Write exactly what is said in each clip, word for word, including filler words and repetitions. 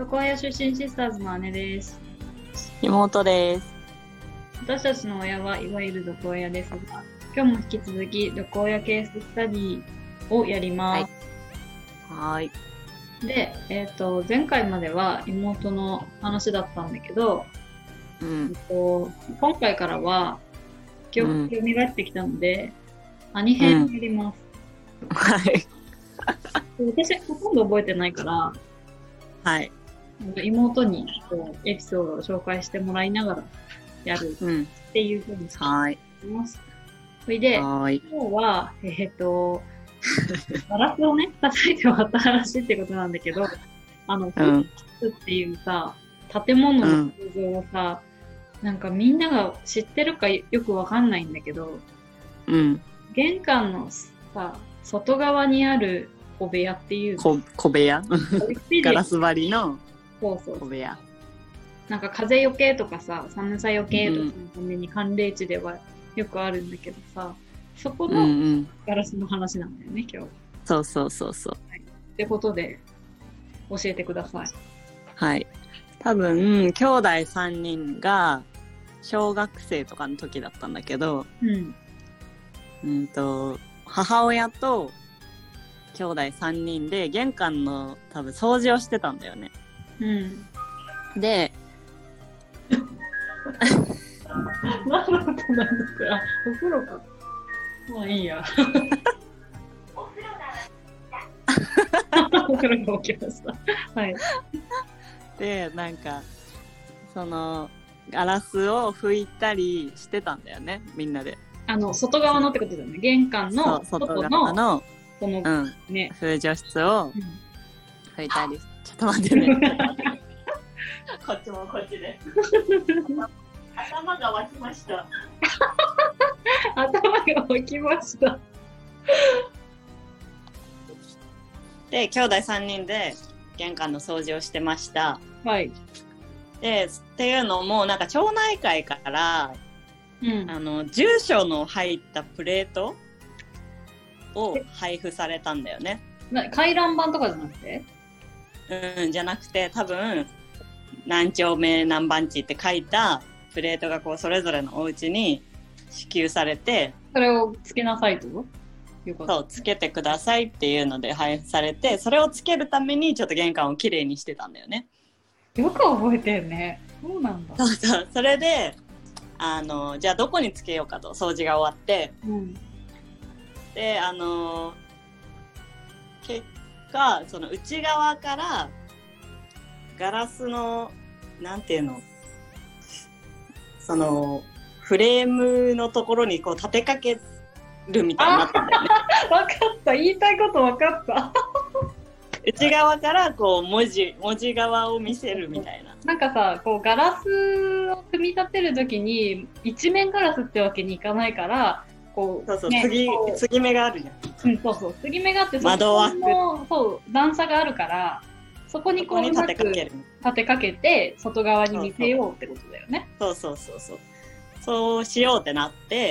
床屋出身シスターズの姉です。 妹です。 私たちの親はいわゆる毒親ですが、今日も引き続き毒親ケーススタディをやります。 はい。 で、えっと、前回までは妹の話だったんだけど、 うん。 えっと、今回からは記憶が蘇ってきたので、兄編をやります。 はい。 私ほとんど覚えてないから、 はい。 妹にこうエピソードを紹介してもらいながらやるっていうふうにしています。それで、今日は、えっと、ガラスをね、叩いて割った話ってことなんだけど、あの、フックスっていうさ、建物の構造をさ、うん、なんかみんなが知ってるかよくわかんないんだけど、 うん、 玄関のさ、外側にある小部屋っていう小小部屋ガラス張りの小部屋。 なんか風よけとかさ、寒さよけとかのために寒冷地ではよくあるんだけどさ、そこのガラスの話なんだよね、今日。 そうそうそうそう。 はい、ってことで、教えてください。 はい。多分、兄弟さんにんが小学生とかの時だったんだけど、 うん。 うんと、母親と兄弟さんにんで玄関の多分掃除をしてたんだよね。 うん。 で、 何のことなんですか？お風呂か。まあいいや。お風呂だ。お風呂が起きました。はい。 で、なんか、その、ガラスを拭いたりしてたんだよね、みんなで。 あの、外側のってことだよね。玄関の外側の、 この、 うん、 ね、 風除室を拭いたり、うん、ちょっと待ってね。こっちもこっちで。頭が湧きました。 頭が湧きました。 で、兄弟さんにんで玄関の掃除をしてました。 はい。 で、っていうのも、なんか町内会から、うん、あの住所の入ったプレートを配布されたんだよね。 な回覧板とかじゃなくて？ うん、じゃなくて、多分何丁目何番地って書いたプレートがこうそれぞれのお家に支給されて、 それをつけなさいということ？ そう、つけてくださいっていうので配布されて、それをつけるためにちょっと玄関をきれいにしてたんだよね。 よく覚えてるね。そうなんだ。 そうそう、それであのじゃあどこにつけようかと、掃除が終わって、うん、であの結果その内側からガラスのなんていうの、そのフレームのところにこう立てかけるみたいになったんだよね。 分かった、言いたいこと分かった。 内側からこう文字文字側を見せるみたいな。 なんかさ、こうガラスを組み立てるときに一面ガラスってわけにいかないから、こう、 そうそう、ね、継ぎ継ぎ目があるじゃん。 うん、そうそう、継ぎ目があって、 窓枠のそう段差があるから、そこにこう立てかける。 立てかけて外側に見せようってことだよね。 そうそうそうそう。そうしようってなって、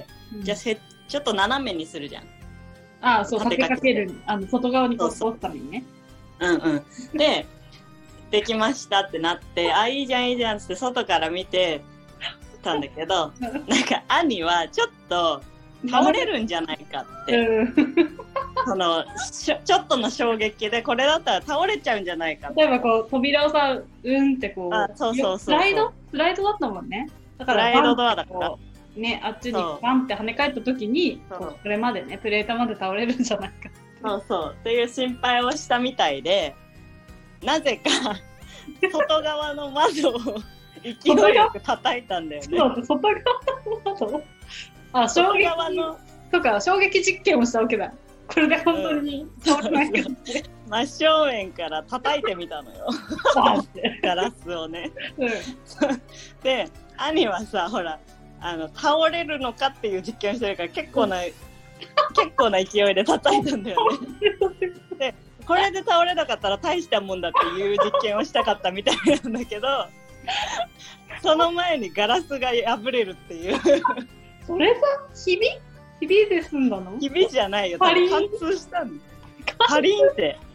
うん、じゃあせちょっと斜めにするじゃん。 ああ、そう、立てかける、あの外側にこう通すためにね。 うんうん。で、できましたってなって、あ、いいじゃんいいじゃんって外から見てたんだけど、なんか兄はちょっと倒れるんじゃないかって、うん、そのちょちょっとの衝撃でこれだったら倒れちゃうんじゃないかって。 例えばこう扉をさ、うんってこう、 あ、そうそうそうそう、 スライドスライドだったもんね。だからスライドドアだからね、あっちにバンって跳ね返った時にこれまでね、プレートまで倒れるんじゃないかって。 そうそうっていう心配をしたみたいで、なぜか外側の窓を勢いよく叩いたんだよね。 そう、外側の窓。あ、衝撃のとか衝撃実験をしたわけだ。これで本当に倒れないかって。 真正面から叩いてみたのよ。ガラスをね。うん、で、兄はさ、ほら、あの倒れるのかっていう実験をしてるから結構な結構な勢いで叩いたんだよね。で、これで倒れなかったら大したもんだっていう実験をしたかったみたいなんだけど、その前にガラスが破れるっていう。 それさ、ひびひびで済んだの？ ひびじゃないよ。貫通したんだ。パリンって。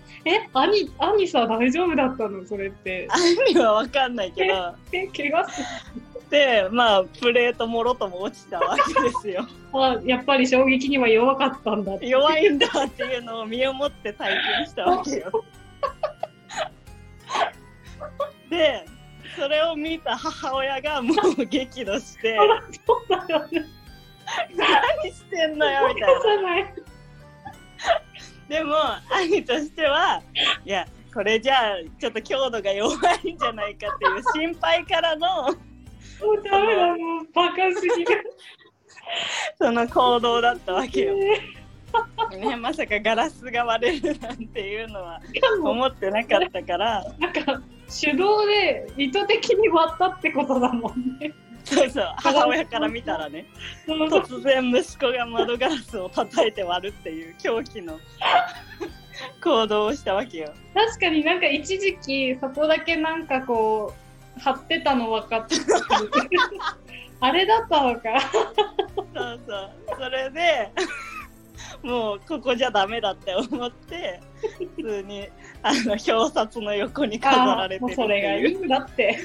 え、兄、兄さ、大丈夫だったのそれって。 兄は分かんないけど。 え、怪我するで、まあ、プレートもろとも落ちたわけですよ。 あ、やっぱり衝撃には弱かったんだって。 弱いんだっていうのを身をもって体験したわけよ。で、それを見た母親がもう激怒して、 そうだよね。 何してんのよみたいな。でも兄としては、いやこれじゃあちょっと強度が弱いんじゃないかっていう心配からのもうダメだ、もうバカすぎるその行動だったわけよ。ね、まさかガラスが割れるなんていうのは思ってなかったから、 なんか手動で意図的に割ったってことだもんね。 そうそう、母親から見たらね、突然息子が窓ガラスを叩いて割るっていう狂気の行動をしたわけよ。 確かになんか一時期そこだけなんかこう張ってたの分かってあれだったのかそうそう、それでもうここじゃダメだって思って普通にあの表札の横に飾られてるっていう。 それがいいんだって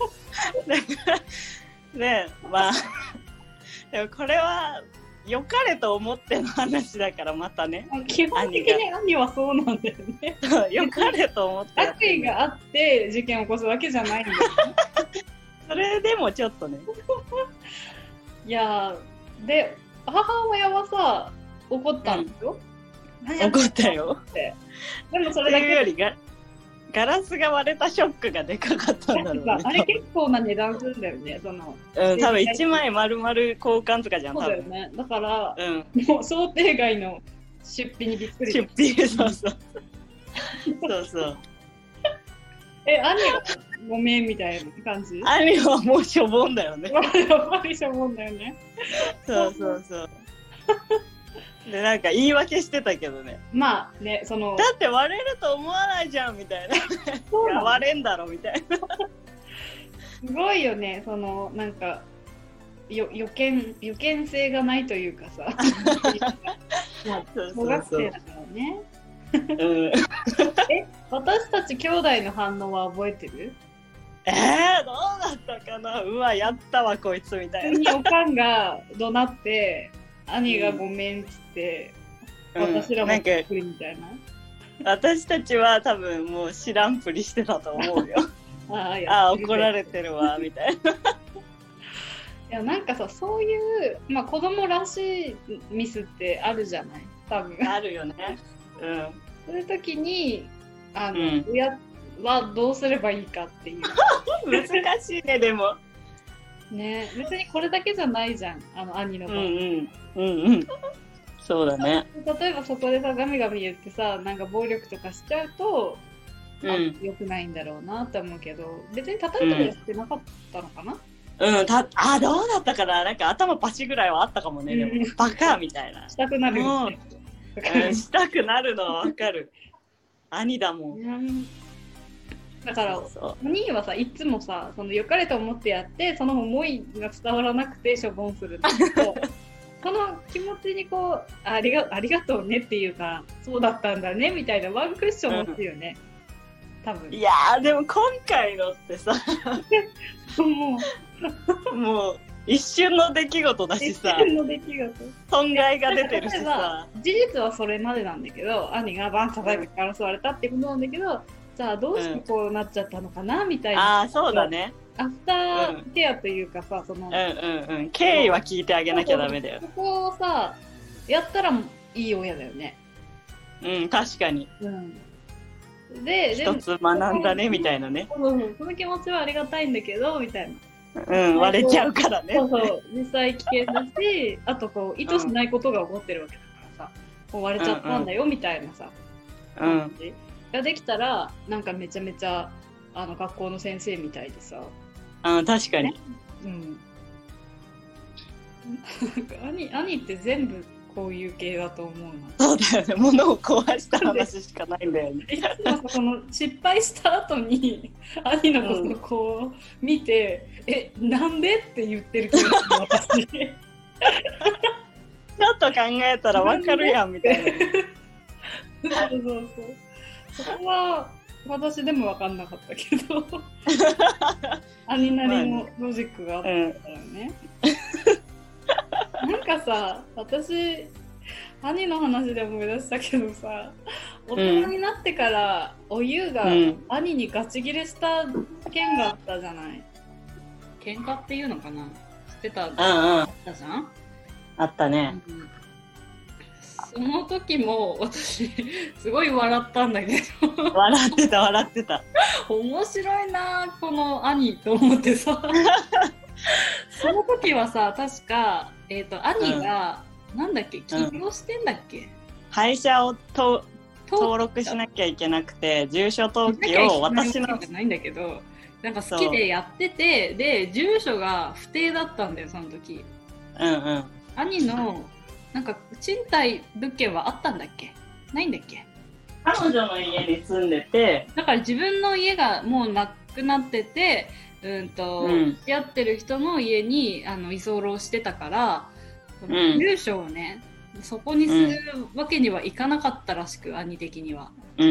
ね、まあでもこれは良かれと思っての話だからまたね、 基本的に兄はそうなんだよね。 良かれと思って悪意があって事件を起こすわけじゃないんだよねそれでもちょっとねいやで母親はさ怒ったんですよ、 うん、怒ったよ。 でもそれだけよりがガラスが割れたショックがでかかったんだろうね。 あれ結構な値段するんだよね、その。 うん、多分いちまい丸々交換とかじゃん。 そうだよね。だから、 うん、 もう想定外の出費にびっくり。 出費、そうそう。そうそう。 え、兄はごめんみたいな感じ？ 兄はもうしょぼんだよね。 やっぱりしょぼんだよね。 そうそうそう。でなんか言い訳してたけどね。 まあね、そのだって割れると思わないじゃんみたいな。そうなの？割れんだろみたいな。 すごいよね、そのなんかよ予見予見性がないというかさ。小学生だからね。うん、え、私たち兄弟の反応は覚えてる？ えー、どうだったかな。うわやったわこいつみたいな。 普通におかんが怒鳴って。兄がごめんっつって、うん、私らもびっくりみたいな、 うん、私たちは多分もう知らんぷりしてたと思うよああ怒られてるわみたいないやなんかさ、そういう、まあ、子供らしいミスってあるじゃない、多分あるよね、うん、 そういう時にあの、うん、親はどうすればいいかっていう難しいね。でもね、別にこれだけじゃないじゃん、あの兄の場合。うんうんうんうん、そうだね。 例えばそこでさガミガミ言ってさ、なんか暴力とかしちゃうと、うん、良くないんだろうなって思うけど、別に叩いたりはしてなかったのかな。 うん、たあどうだったかな、なんか頭パチぐらいはあったかもね。でもバカみたいな。 したくなるよね。 うん、したくなるのはわかる。兄だもん。うんだからお兄はさ、いつもさ、その良かれと思ってやってその思いが伝わらなくてしょぼんするんだけどその気持ちにこうありがありがとうねっていうか、そうだったんだねみたいなワンクッション持つよね、うん、多分。いやーでも今回のってさもうもう一瞬の出来事だしさ、 一瞬の出来事、 損害が出てるしさ、 事実はそれまでなんだけど、兄がバン叩いてガラス割れたってことなんだけど、じゃあどうしてこうなっちゃったのかな、うん、みたいな。 ああそうだね。 アフターケアというかさ、うん、その、 うんうんうん、経緯は聞いてあげなきゃダメだよ。 そこをさやったらいい親だよね。 うん確かに。 うん。で一つ学んだねみたいなね。 そうそう、その気持ちはありがたいんだけどみたいな。うん割れちゃうからね。 そうそう実際危険だし、あとこう意図しないことが起こってるわけだからさ、こう割れちゃったんだよみたいなさ。 うん。うんができたらなんかめちゃめちゃあの学校の先生みたいでさ。 あ確かに。 うん。兄兄って全部こういう系だと思うな。そうだよね。物を壊した話しかないんだよね。 いつもその失敗した後に兄のことをこう見て、うん、えなんでって言ってるけど私。ちょっと考えたらわかるやんみたいな。 そうそうそう。 そこは私でも分かんなかったけど兄なりのロジックがあったんだよね、うん、なんかさ、私兄の話で思い出したけどさ、大人になってからおゆうが兄にガチギレした件があったじゃない、うん、喧嘩っていうのかな、知ってた、うんうん、あったじゃん、 あったね、 うん、その時も私すごい笑ったんだけど笑ってた笑ってた面白いなこの兄と思ってさその時はさ、確か、えーと、兄が、うん、なんだっけ、起業してんだっけ、うん、 会社をと登録しなきゃいけなくて、住所登記を私のじゃないんだけど、なんか好きでやってて、で住所が不定だったんだよその時。 うんうん。 兄のなんか賃貸物件はあったんだっけ、ないんだっけ。 彼女の家に住んでて、 だから自分の家がもうなくなってて、うんと、うん、付き合ってる人の家にあの居候してたから、その住所をね、うん、そこにするわけにはいかなかったらしく、兄的には。 うんうん、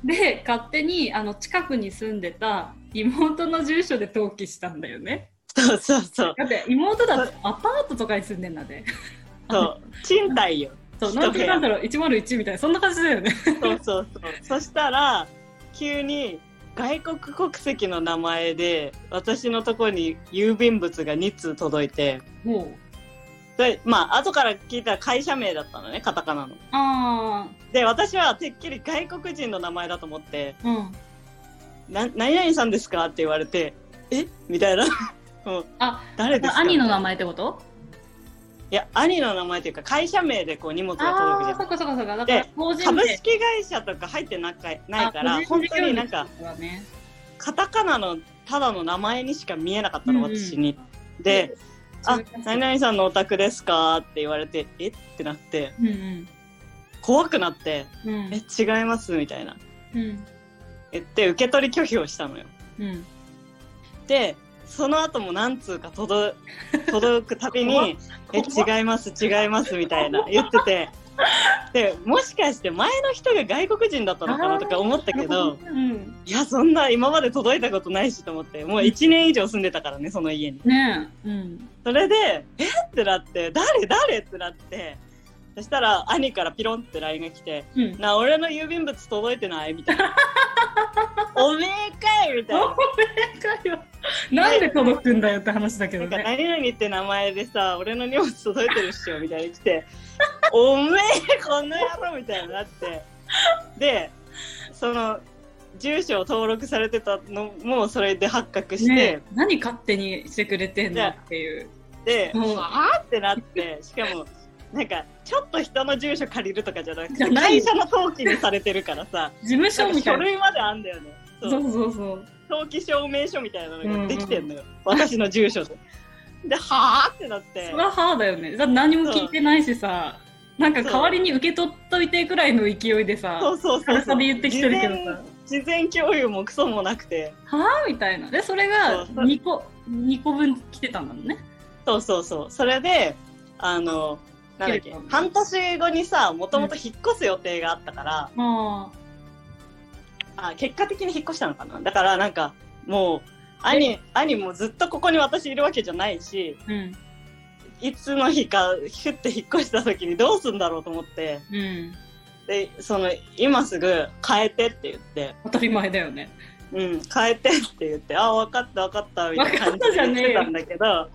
で勝手にあの近くに住んでた妹の住所で登記したんだよね。 そうそうそう。 だって妹だとアパートとかに住んでんだね。 そう賃貸よ。 そうなんてなんだろういちまるいちみたいなそんな感じだよね。 そうそうそう。そしたら急に外国国籍の名前で私のところに郵便物がに通届いて。 もう。 でまあ後から聞いたら会社名だったのね、カタカナの。 あで私はてっきり外国人の名前だと思って、 うん、 な何々さんですかって言われて、えみたいな。もうあ、 誰ですか。 兄の名前ってこと？ いや兄の名前というか会社名でこう荷物が届くじゃん。 あ、そっかそっかそっか。だから株式会社とか入ってなかないから本当になんか、 ね、 カタカナのただの名前にしか見えなかったの、うんうん、私に。で、あ、何々さんのお宅ですかって言われて、えってなって、 うんうん、 怖くなって、 うん、 え違いますみたいな、 うん、 言って受け取り拒否をしたのよ、 うん、 でその後も何通か届届くたびにえ違います違いますみたいな言ってて、でもしかして前の人が外国人だったのかなとか思ったけど、 うん、 いやそんな今まで届いたことないしと思って、もういちねん以上住んでたからねその家に、 ねえ、うん、 それでえってなって、誰誰ってなって、そしたら兄からピロンって ライン が来て、うん、な俺の郵便物届いてないみたいなおめえかいみたいな。おめえかよ。なんで届くんだよって話だけどね。 なんか何々って名前でさ俺の荷物届いてるっしょみたいに来ておめえこの野郎みたいになって、でその住所を登録されてたのもそれで発覚して、ね、 何勝手にしてくれてんのっていうで、はぁってなって、しかもなんかちょっと人の住所借りるとかじゃなくて会社の登記にされてるからさ事務所みたいな書類まであんだよね。 そうそうそうそう、 登記証明書みたいなのができてんのよ、うんうん、私の住所で。ではぁってなって、 そりゃはぁだよね。だって何も聞いてないしさ、なんか代わりに受け取っといてくらいの勢いでさ、 そうそうそうそう、 で言ってきてるけどさ、 事前共有もクソもなくて、 はぁみたいな。でそれがにこにこぶん来てたんだもんね。 そうそうそう。それであのなんだっけ、半年後にさもともと引っ越す予定があったから、 うん、ああ結果的に引っ越したのかな。だからなんかもう兄兄もずっとここに私いるわけじゃないし、 うん、 いつの日かヒュッて引っ越した時にどうすんだろうと思って、 うん、 でその今すぐ変えてって言って、 当たり前だよね。 うん、変えてって言って、あ分かった分かったみたいな感じで言ってたんだけど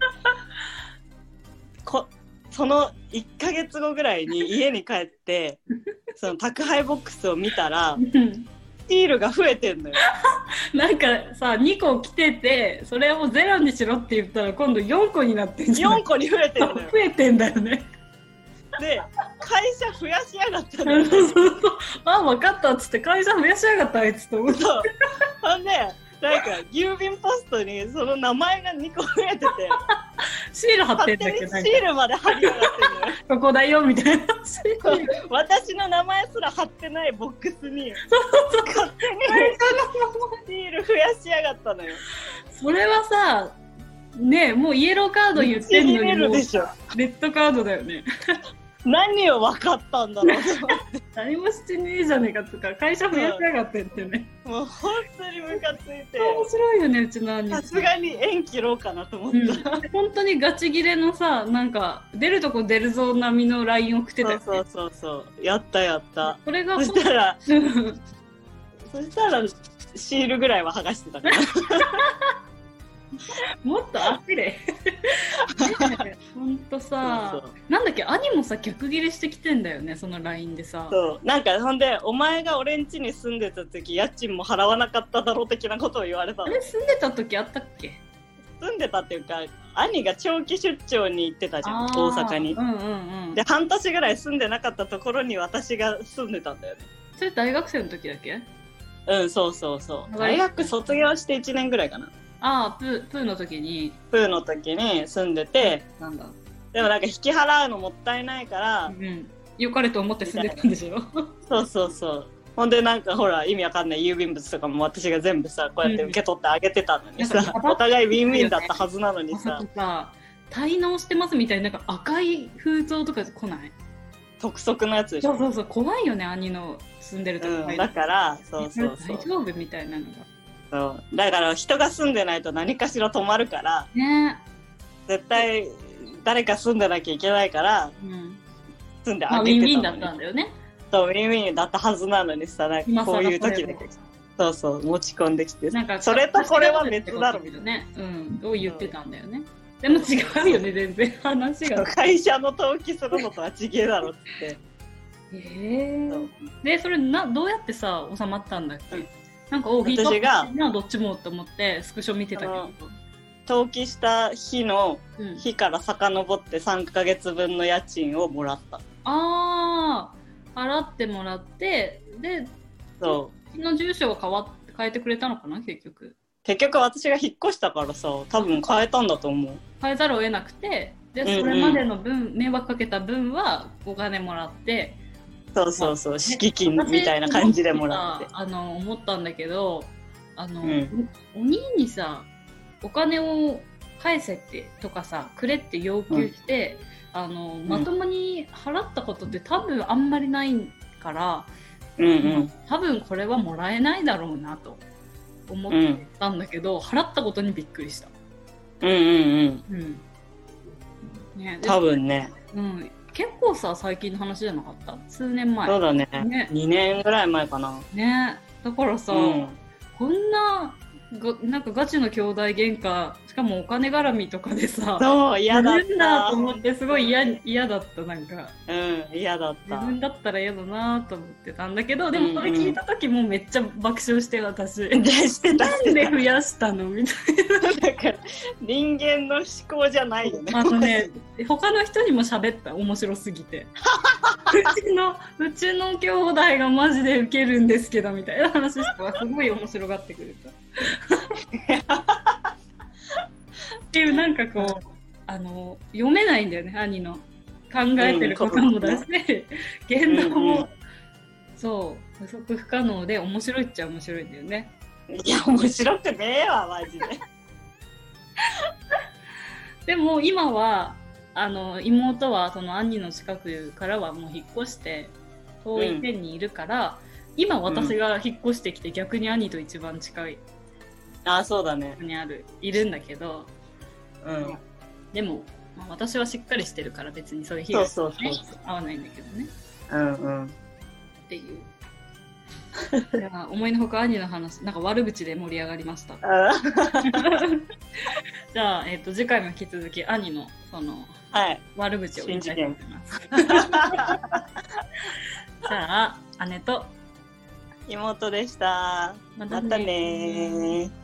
こそのいっかげつごぐらいに家に帰ってその宅配ボックスを見たらシールが増えてんのよ。 なんかさにこ来てて、それをゼロにしろって言ったら今度よんこになってんじゃん。 よんこに増えてんのよ。 増えてんだよね。 で会社増やしやがったのよ、ね、 そうそうそう、あ分かったっつって会社増やしやがったあいつと思って、 ほんでなんか郵便ポストにその名前がにこ増えててシール貼ってんだっけ。 勝手にシールまで貼りやがってるのよここだよみたいな私の名前すら貼ってないボックスに勝手にシール増やしやがったのよ。 それはさねえ、もうイエローカード言ってんのにもうレッドカードだよね何を分かったんだろうと思って何もしてねえじゃねえかとか、会社増やしやがってってね、 うん、もう本当にムカついて面白いよね、うちの兄。 さすがに縁切ろうかなと思った、 うん、本当にガチ切れのさ、なんか出るとこ出るぞ並みの ライン 送ってたよね。 そうそうそうそう、やったやった。 それがそしたらそしたらシールぐらいは剥がしてたからもっと焦れほんとさ、そうそう、なんだっけ、兄もさ逆ギレしてきてんだよね、その ライン でさ。 そう、なんかほんでお前が俺ん家に住んでた時家賃も払わなかっただろう的なことを言われたの。 あれ住んでた時あったっけ？ 住んでたっていうか、兄が長期出張に行ってたじゃん、大阪に、 うんうんうん、 で半年ぐらい住んでなかったところに私が住んでたんだよね。 それ大学生の時だっけ？ うん、そうそうそう、大学卒業していちねんぐらいかな。 ああ、プー、プーの時にプーの時に住んでて、 なんだ、 でもなんか引き払うのもったいないから、うん、 良かれと思って住んでたんでしょそうそうそう。ほんでなんかほら意味わかんない郵便物とかも私が全部さこうやって受け取ってあげてたのにさ、うん、お互いウィンウィンだったはずなのにさ、 さ滞納してますみたいな、なんか赤い封筒とか来ない？ 督促のやつでしょ。 そうそうそう、怖いよね、兄の住んでるとこ、 うん、だからそうそうそう、 大丈夫みたいなのが。 そうだから人が住んでないと何かしら止まるから、 ね、 絶対誰か住んでなきゃいけないから、うん、住んであげてたのに、 まあ、ウィンウィンだったんだよね。 そう、ウィンウィンだったはずなのにさ、なんかこういう時だけそうそう持ち込んできて、なんかそれとこれは別だろみたいなね、 うん、を言ってたんだよね。でも違うよね、全然話が。 会社の登記するのとは違えだろって。 へえー。でそれなどうやってさ収まったんだっけ？うん、なんかお私がどっちもと思ってスクショ見てたけど、 登記した日の日から遡ってさんかげつぶんの家賃をもらった。 ああ、払ってもらって、で、 そうの住所を変わって変えてくれたのかな、結局。 結局私が引っ越したからさ、多分変えたんだと思う。 変えざるを得なくて、でそれまでの分、うんうん、迷惑かけた分はお金もらって、 そうそうそう、敷金みたいな感じでもらって。 あの思ったんだけど、あの、うん、お兄にさお金を返せってとかさくれって要求して、うん、あのまともに払ったことって多分あんまりないから、 うんうん、 多分これはもらえないだろうなと思ったんだけど、うん、払ったことにびっくりした。 うんうんうん、うんね、多分ね、 うん、結構さ最近の話じゃなかった？数年前。 そうだ ね, ねにねんぐらい前かな。 ね、だからさ、うん、こんながなんかガチの兄弟喧嘩、しかもお金絡みとかでさ、 そう嫌だっただと思って、すごい嫌嫌だった。なんかうん嫌だった。 自分だったら嫌だなと思ってたんだけど、でもこれ聞いた時もめっちゃ爆笑して私、 うんうん、してたなんで増やしたのみたいな。 だから人間の思考じゃないよね。 あのね他の人にも喋った、面白すぎて。うちのうちの兄弟がマジでウケるんですけどみたいな話したらすごい面白がってくれた。っていう、なんかこうあの読めないんだよね、兄の考えてることもだし、うん、言動も、うんうん、そう予測不可能で面白いっちゃ面白いんだよね。 いや面白くねえわマジで。 でも今はあの妹はその兄の近くからはもう引っ越して遠い県にいるから、うん、今私が引っ越してきて逆に兄と一番近い、 あ、そうだね。 にあるいるんだけど、 うん、 でも、まあ、私はしっかりしてるから別にそういう日が、ね、 そうそうそうそう合わないんだけどね。 うんうん。 っていう。いや思いのほか兄の話、なんか悪口で盛り上がりました。じゃあ、えーと、次回も引き続き兄のその、 はい、 悪口を言いたいと思います。じゃあ姉と妹でした。またね。またね。